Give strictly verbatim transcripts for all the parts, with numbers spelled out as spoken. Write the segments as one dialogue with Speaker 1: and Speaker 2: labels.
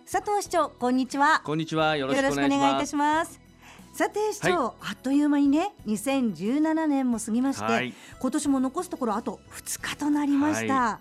Speaker 1: 佐藤市長、こんにちは。
Speaker 2: こんにちは。よろしくお願いします。
Speaker 1: よろしくお願いいたします。さて市長、はい、あっという間にねにせんじゅうななねんも過ぎまして、はい、今年も残すところあとふつかとなりました。はい、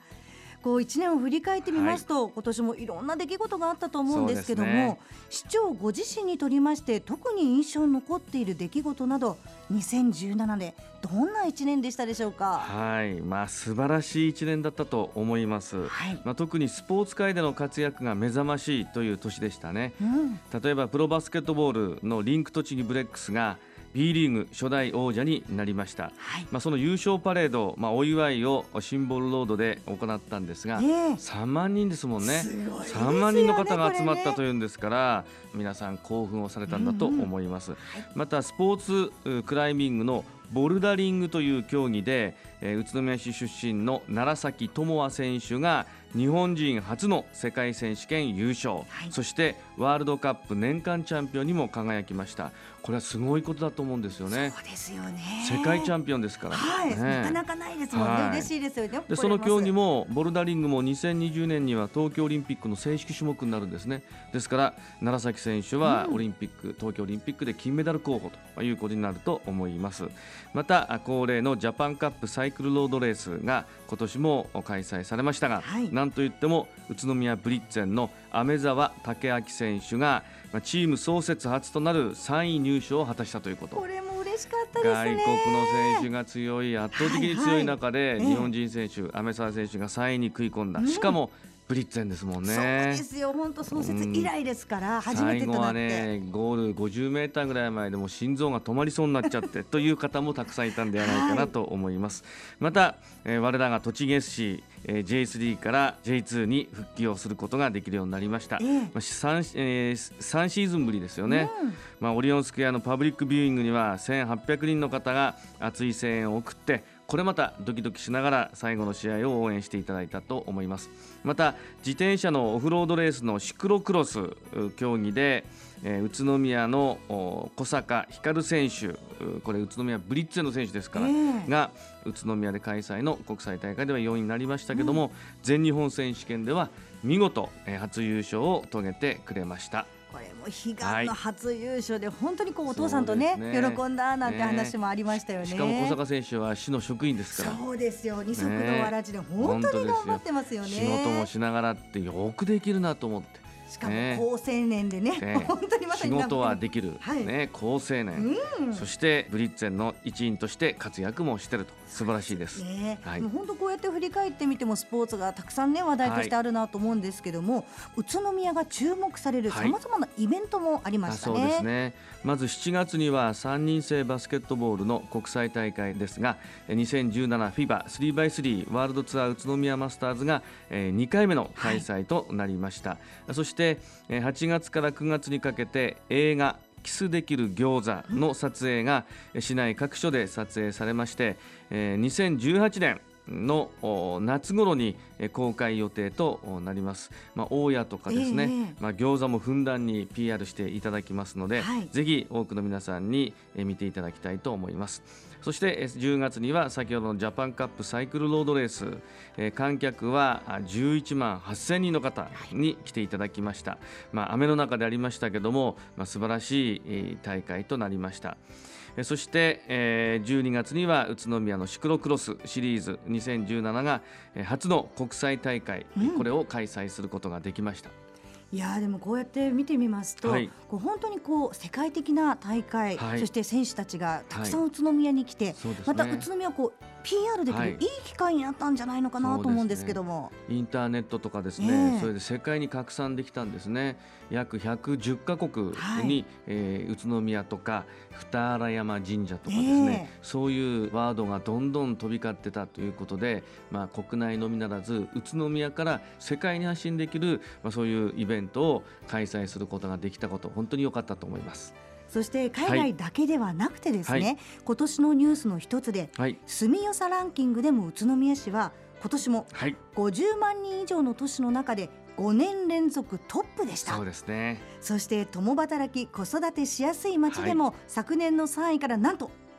Speaker 1: こういちねんを振り返ってみますと、はい、今年もいろんな出来事があったと思うんですけども、ね、市長ご自身にとりまして特に印象に残っている出来事などにせんじゅうななねんどんないちねんでしたでしょうか。
Speaker 2: はい、まあ、素晴らしいいちねんだったと思います。はい、まあ、特にスポーツ界での活躍が目覚ましいという年でしたね。うん、例えばプロバスケットボールのリンク栃木ブレックスが B リーグ初代王者になりました。はい、まあ、その優勝パレード、まあ、お祝いをシンボルロードで行ったんですが、えー、さんまんにんですもんね。すごいですよね。さんまんにんの方が集まったというんですから、ね、皆さん興奮をされたんだと思います。うんうん、はい、またスポーツクライミングのボルダリングという競技で、えー、宇都宮市出身の楢崎智亜選手が日本人初の世界選手権優勝、はい、そしてワールドカップ年間チャンピオンにも輝きました。これはすごいことだと思うんですよね。
Speaker 1: そうですよね。
Speaker 2: 世界チャンピオンですから、
Speaker 1: はい、ね、なかなかないですもんね。はい、嬉しいですよね。
Speaker 2: でその競技もボルダリングもにせんにじゅうねんには東京オリンピックの正式種目になるんですね。ですから楢崎選手はオリンピック、うん、東京オリンピックで金メダル候補ということになると思います。また恒例のジャパンカップサイクルロードレースが今年も開催されましたが、はい、なんといっても宇都宮ブリッツェンの飴澤武明選手がチーム創設初となるさんい入賞を果たしたということ。
Speaker 1: これも嬉しかったですね。
Speaker 2: 外国の選手が強い、圧倒的に強い中で、はいはい、日本人選手、ええ、飴澤選手がさんいに食い込んだ、うん、しかもブリッツェンですもんね。
Speaker 1: そうですよ、本当創設以来ですから、うん、初めてとなって、最後はね
Speaker 2: ゴールごじゅうメーターぐらい前でも心臓が止まりそうになっちゃってという方もたくさんいたんではないかなと思います。はい、また、えー、我らが栃木 エスシー、えー、ジェイスリー から ジェイツー に復帰をすることができるようになりました。えーまあ 3, えー、さんシーズンぶりですよね。うん、まあ、オリオンスクエアのパブリックビューイングにはせんはっぴゃくにんの方が熱い声援を送って、これまたドキドキしながら最後の試合を応援していただいたと思います。また自転車のオフロードレースのシクロクロス競技で、えー、宇都宮の小坂光選手、これ宇都宮ブリッツェの選手ですから、えー、が宇都宮で開催の国際大会ではよんいになりましたけども、うん、全日本選手権では見事、えー、初優勝を遂げてくれました。
Speaker 1: これも悲願の初優勝で、はい、本当にこうお父さんと ね, ね喜んだなんて話もありましたよね。
Speaker 2: しかも小坂選手は市の職員ですから。
Speaker 1: そうですよ、二足のわらじで本当に頑張ってますよね。
Speaker 2: 仕事もしながらってよくできるなと思って、
Speaker 1: しかも高青年で ね, ね本当にまさに
Speaker 2: 仕事はできる、はい、ね、高青年、うん、そしてブリッツェンの一員として活躍もしていると、素晴らしいです。ね、はい、もう
Speaker 1: 本当こうやって振り返ってみてもスポーツがたくさん、ね、話題としてあるなと思うんですけども、はい、宇都宮が注目されるさまざまなイベントもありましたね。
Speaker 2: はい、そうですね。まずしちがつにはさんにん制バスケットボールの国際大会ですが、にせんじゅうなな フィバ スリーバイスリー ワールドツアー宇都宮マスターズがにかいめの開催となりました。はい、そしてはちがつからくがつにかけて映画キスできる餃子の撮影が市内各所で撮影されまして、にせんじゅうはちねんの夏頃に公開予定となります。まあ、大家とかですね、えーまあ、餃子もふんだんに ピーアール していただきますので、はい、ぜひ多くの皆さんに見ていただきたいと思います。そしてじゅうがつには先ほどのジャパンカップサイクルロードレース、観客はじゅういちまんはっせんにんの方に来ていただきました。まあ、雨の中でありましたけども、まあ、素晴らしい大会となりました。そして、えー、じゅうにがつには宇都宮のシクロクロスシリーズにせんじゅうななが初の国際大会、うん、これを開催することができました。
Speaker 1: いやでもこうやって見てみますと、はい、こう本当にこう世界的な大会、はい、そして選手たちがたくさん宇都宮に来て、はい、また宇都宮をこう ピーアール できる、はい、いい機会になったんじゃないのかなと思うんですけども、
Speaker 2: ね、インターネットとかですね、えー、それで世界に拡散できたんですね。約ひゃくじゅっかこくに、はいえー、宇都宮とか二荒山神社とかですね、えー、そういうワードがどんどん飛び交ってたということで、まあ、国内のみならず宇都宮から世界に発信できる、まあ、そういうイベントを開催することができたこと、本当に良かったと思います。
Speaker 1: そして海外だけではなくてですね、はい、今年のニュースの一つで、はい、住みよさランキングでも宇都宮市は今年もごじゅうまんにん以上の都市の中でごねん連続トップでした。
Speaker 2: そうですね。
Speaker 1: そして共働き子育てしやすい町でも、はい、昨年のさんいからなんと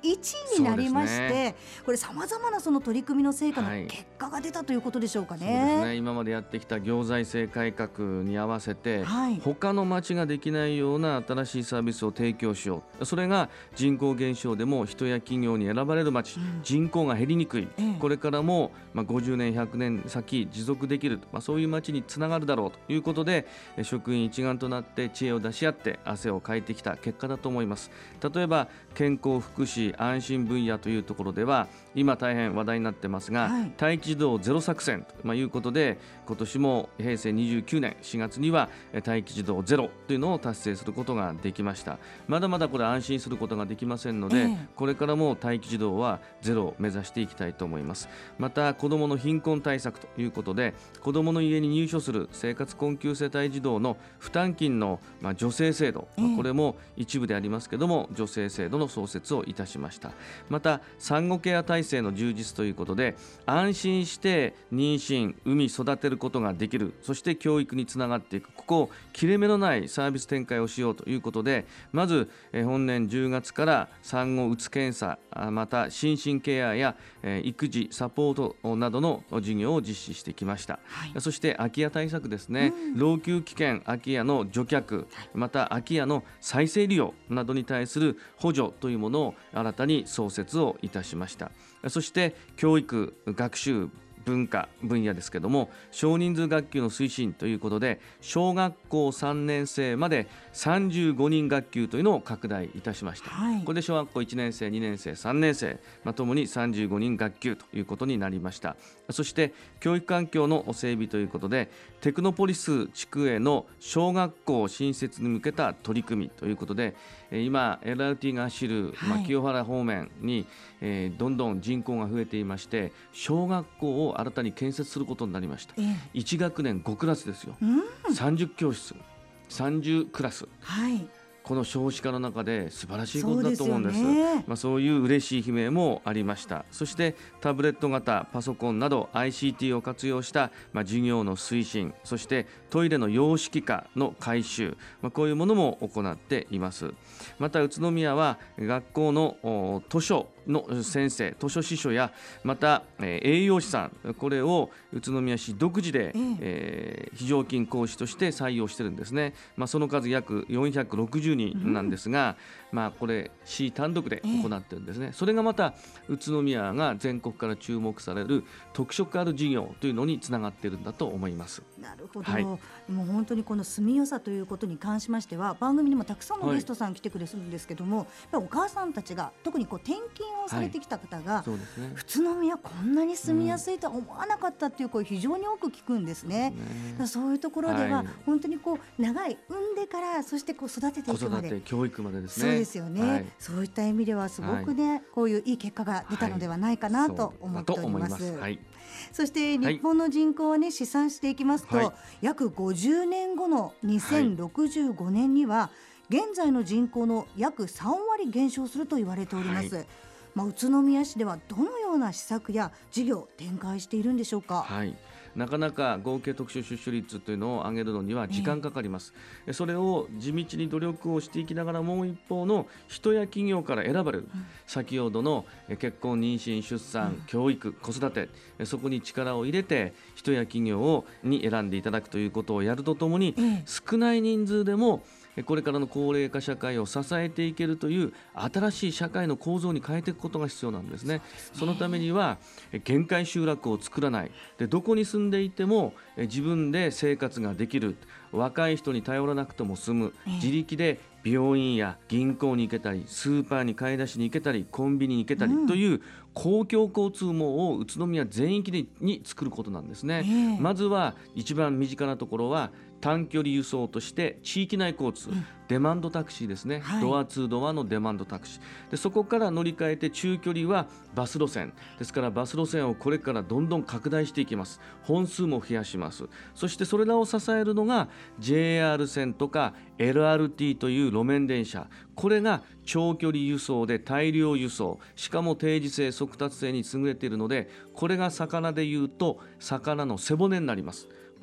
Speaker 1: いちいになりまして、
Speaker 2: ね、
Speaker 1: これさまざまなその取り組みの成果の結果が出たということでしょうかね。
Speaker 2: はい、そうですね。今までやってきた行財政改革に合わせて、はい、他の町ができないような新しいサービスを提供しよう。それが人口減少でも人や企業に選ばれる町、うん、人口が減りにくい、ええ、これからもまあごじゅうねんひゃくねん先持続できる、まあ、そういう町につながるだろうということで、職員一丸となって知恵を出し合って汗をかいてきた結果だと思います。例えば健康福祉安心分野というところでは今大変話題になってますが、はい、待機児童ゼロ作戦ということで今年もへいせいにじゅうきゅうねんしがつには待機児童ゼロというのを達成することができました。まだまだこれ安心することができませんので、ええ、これからも待機児童はゼロを目指していきたいと思います。また子どもの貧困対策ということで子どもの家に入所する生活困窮世帯児童の負担金のまあ助成制度、ええ、これも一部でありますけども助成制度の創設をいたしました。また産後ケア体制の充実ということで安心して妊娠産み育てることができる、そして教育につながっていく、ここを切れ目のないサービス展開をしようということでまず本年じゅうがつから産後うつ検査、また心身ケアや育児サポートなどの事業を実施してきました、はい、そして空き家対策ですね、うん、老朽危険空き家の除却、また空き家の再生利用などに対する補助というものを新たに創設をいたしました。そして教育学習文化分野ですけども少人数学級の推進ということで小学校さんねんせいまでさんじゅうごにん学級というのを拡大いたしました、はい、これで小学校いちねんせいにねんせいさんねんせい、まあ、ともにさんじゅうごにん学級ということになりました。そして教育環境の整備ということでテクノポリス地区への小学校新設に向けた取り組みということで今 エルアールティー が走る、まあ、清原方面に、えー、どんどん人口が増えていまして小学校を新たに建設することになりました、えー、いち学年ごクラスですよ、うん、さんじゅうきょうしつさんじゅうクラス、はい、この少子化の中で素晴らしいことだと思うんです。そうですよね。まあ、そういう嬉しい悲鳴もありました。そしてタブレット型パソコンなど アイシーティー を活用した、まあ、授業の推進、そしてトイレの洋式化の改修、まあ、こういうものも行っています。また宇都宮は学校の図書の先生図書司書やまた、えー、栄養士さんこれを宇都宮市独自で、えええー、非常勤講師として採用しているんですね、まあ、その数約よんひゃくろくじゅうにんなんですが、うんまあ、これ市単独で行っているんですね、ええ、それがまた宇都宮が全国から注目される特色ある事業というのにつながっているんだと思います。
Speaker 1: なるほど、はい、もう本当にこの住みよさということに関しましては番組にもたくさんのゲストさん来てくれるんですけども、はい、やっぱりお母さんたちが特にこう転勤をされてきた方が、はいそうですね、宇都宮こんなに住みやすいとは思わなかったっていう声非常に多く聞くんですね。そう、そういうところでは、はい、本当にこう長い産んでからそしてこう育てていくまで
Speaker 2: 子育て教育までですね。
Speaker 1: そうですよね、はい、そういった意味ではすごくね、はい、こういういい結果が出たのではないかなと思っております。はい、そして日本の人口を、ね、試算していきますと、はい、約ごじゅうねんごのにせんろくじゅうごねんには現在の人口の約さんわり減少すると言われております。はいまあ、宇都宮市ではどのような施策や事業を展開しているんでしょうか。
Speaker 2: はい、なかなか合計特殊出生率というのを上げるのには時間かかります、えー、それを地道に努力をしていきながらもう一方の人や企業から選ばれる、うん、先ほどの結婚妊娠出産、うん、教育子育てそこに力を入れて人や企業をに選んでいただくということをやるとともに、えー、少ない人数でもこれからの高齢化社会を支えていけるという新しい社会の構造に変えていくことが必要なんですね。そのためには限界集落を作らないでどこに住んでいても自分で生活ができる若い人に頼らなくても済む自力で病院や銀行に行けたりスーパーに買い出しに行けたりコンビニに行けたりという公共交通網を宇都宮全域でに作ることなんですね、えー、まずは一番身近なところは短距離輸送として地域内交通、うん、デマンドタクシーですね、はい、ドアツードアのデマンドタクシーでそこから乗り換えて中距離はバス路線ですからバス路線をこれからどんどん拡大していきます。本数も増やします。そしてそれらを支えるのが ジェイエーアール 線とか エルアールティー という路面電車これが長距離輸送で大量輸送しかも定時性速達性に優れているのでこれが魚でいうと魚の背骨になります。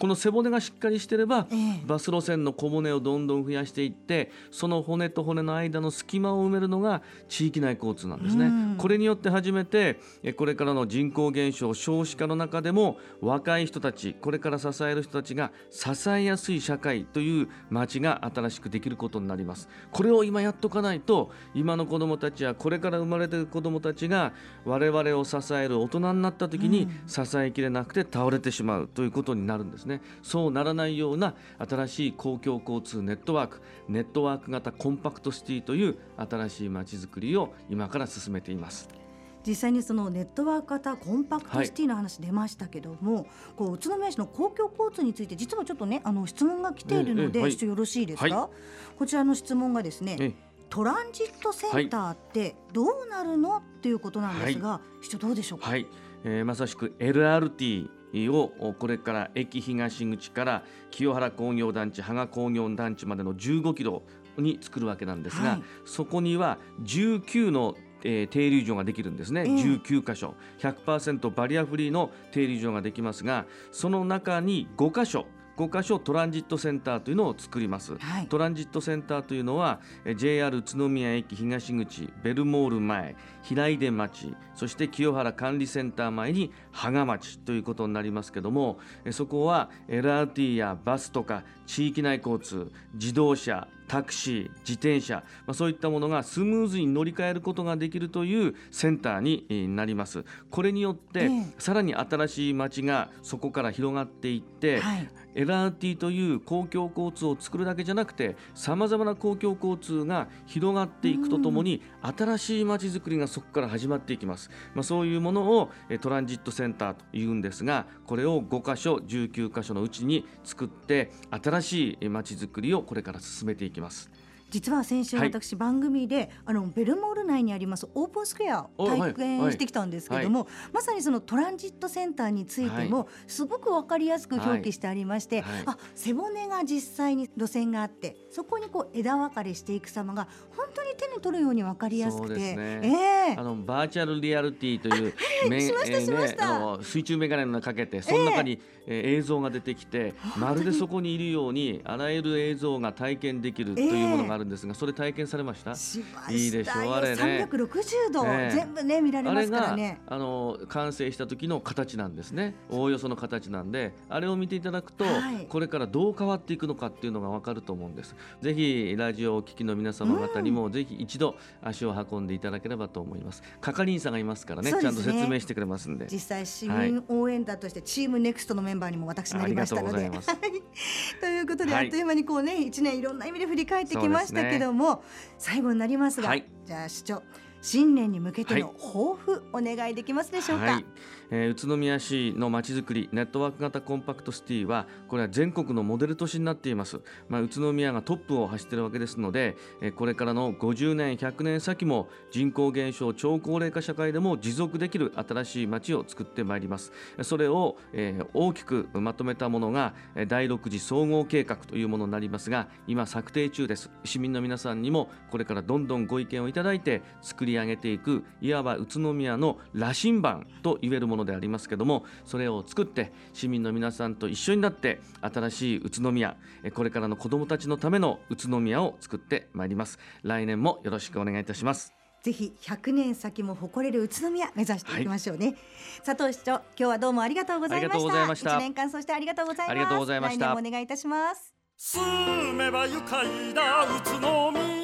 Speaker 2: この背骨がしっかりしてれば、
Speaker 1: ええ、
Speaker 2: バス路線の小骨をどんどん増やしていって、その骨と骨の間の隙間を埋めるのが地域内交通なんですね、うん、これによって初めてこれからの人口減少少子化の中でも若い人たち、これから支える人たちが支えやすい社会という街が新しくできることになります。これを今やっとかないと、今の子どもたちやこれから生まれている子どもたちが我々を支える大人になった時に支えきれなくて倒れてしまうということになるんですね。そうならないような新しい公共交通ネットワーク、ネットワーク型コンパクトシティという新しい街づくりを今から進めています。
Speaker 1: 実際にそのネットワーク型コンパクトシティの話出ましたけども、はい、こう宇都宮市の公共交通について実はちょっとねあの質問が来ているので、ええええ、はい、よろしいですか、はい、こちらの質問がですね、ええ、トランジットセンターってどうなるのっていうことなんですが、はい、市長どうでしょうか。
Speaker 2: はい、えー、まさしく エルアールティーをこれから駅東口から清原工業団地、芳賀工業団地までのじゅうごキロに作るわけなんですが、はい、そこにはじゅうきゅうのえー、停留所ができるんですね、えー、じゅうきゅうかしょ ひゃくパーセント バリアフリーの停留所ができますが、その中にごかしょごかしょトランジットセンターというのを作ります、はい、トランジットセンターというのは ジェイアール 宇都宮駅東口、ベルモール前、平出町、そして清原管理センター前に芳賀町ということになりますけども、そこは エルアールティー やバスとか地域内交通、自動車、タクシー、自転車、まあ、そういったものがスムーズに乗り換えることができるというセンターになります。これによって、えー、さらに新しい街がそこから広がっていって、はい、エルアールティー という公共交通を作るだけじゃなくて、さまざまな公共交通が広がっていくとともに、新しい街づくりがそこから始まっていきます。まあ、そういうものをトランジットセンターというんですが、これをごかしょじゅうきゅうかしょのうちに作って新しい街づくりをこれから進めていきます。
Speaker 1: 実は先週私番組で、はい、あのベルモール内にありますオープンスクエアを体験してきたんですけども、はいはい、まさにそのトランジットセンターについてもすごく分かりやすく表記してありまして、はいはい、あ背骨が実際に路線があって、そこにこう枝分かれしていく様が本当に手に取るように分かりやすくて、そうですね、えー、
Speaker 2: あのバーチャルリアリティという
Speaker 1: しましたしました、
Speaker 2: えーね、あの水中メガネのかけてその中に、えーえー、映像が出てきて、まるでそこにいるようにあらゆる映像が体験できるというものがあるんですが、それ体験されました？
Speaker 1: しましたよ。
Speaker 2: いいでしょう、あれね、
Speaker 1: さんびゃくろくじゅうど、えー、全部ね見られますからね。
Speaker 2: あれがあの完成した時の形なんですね。おおよその形なんで、あれを見ていただくと、はい、これからどう変わっていくのかっていうのが分かると思うんです。ぜひラジオをお聞きの皆様方にも、うん、ぜひ一度足を運んでいただければと思います。係員さんがいますからね、ちゃんと説明してくれますんで。
Speaker 1: 実際市民応援団としてチームネクストのメンバーにも私なりましたので、ということで、はい、あっという間にこうねいちねんいろんな意味で振り返ってきましたけども、最後になりますが、はい、じゃあ市長新年に向けての抱負、はい、お願いできますでしょうか。はい、
Speaker 2: えー、宇都宮市のまちづくりネットワーク型コンパクトシティはこれは全国のモデル都市になっています。まあ、宇都宮がトップを走っているわけですので、えー、これからのごじゅうねんひゃくねん先も人口減少超高齢化社会でも持続できる新しい街を作ってまいります。それを、えー、大きくまとめたものがだいろく次総合計画というものになりますが、今策定中です。市民の皆さんにもこれからどんどんご意見をいただいて作り上げていく、いわば宇都宮の羅針盤と言えるものでありますけども、それを作って市民の皆さんと一緒になって新しい宇都宮、これからの子どもたちのための宇都宮を作ってまいります。来年もよろしくお願いいたします。
Speaker 1: ぜひひゃくねん先も誇れる宇都宮目指していきましょうね。はい、佐藤市長、今日はどうもありがとうございました。ありがとうございました。いちねんかんそしてありがとうございます。
Speaker 2: ありがとうございました。
Speaker 1: 来年もお願いいたします。
Speaker 3: 住めば愉快だ宇都宮。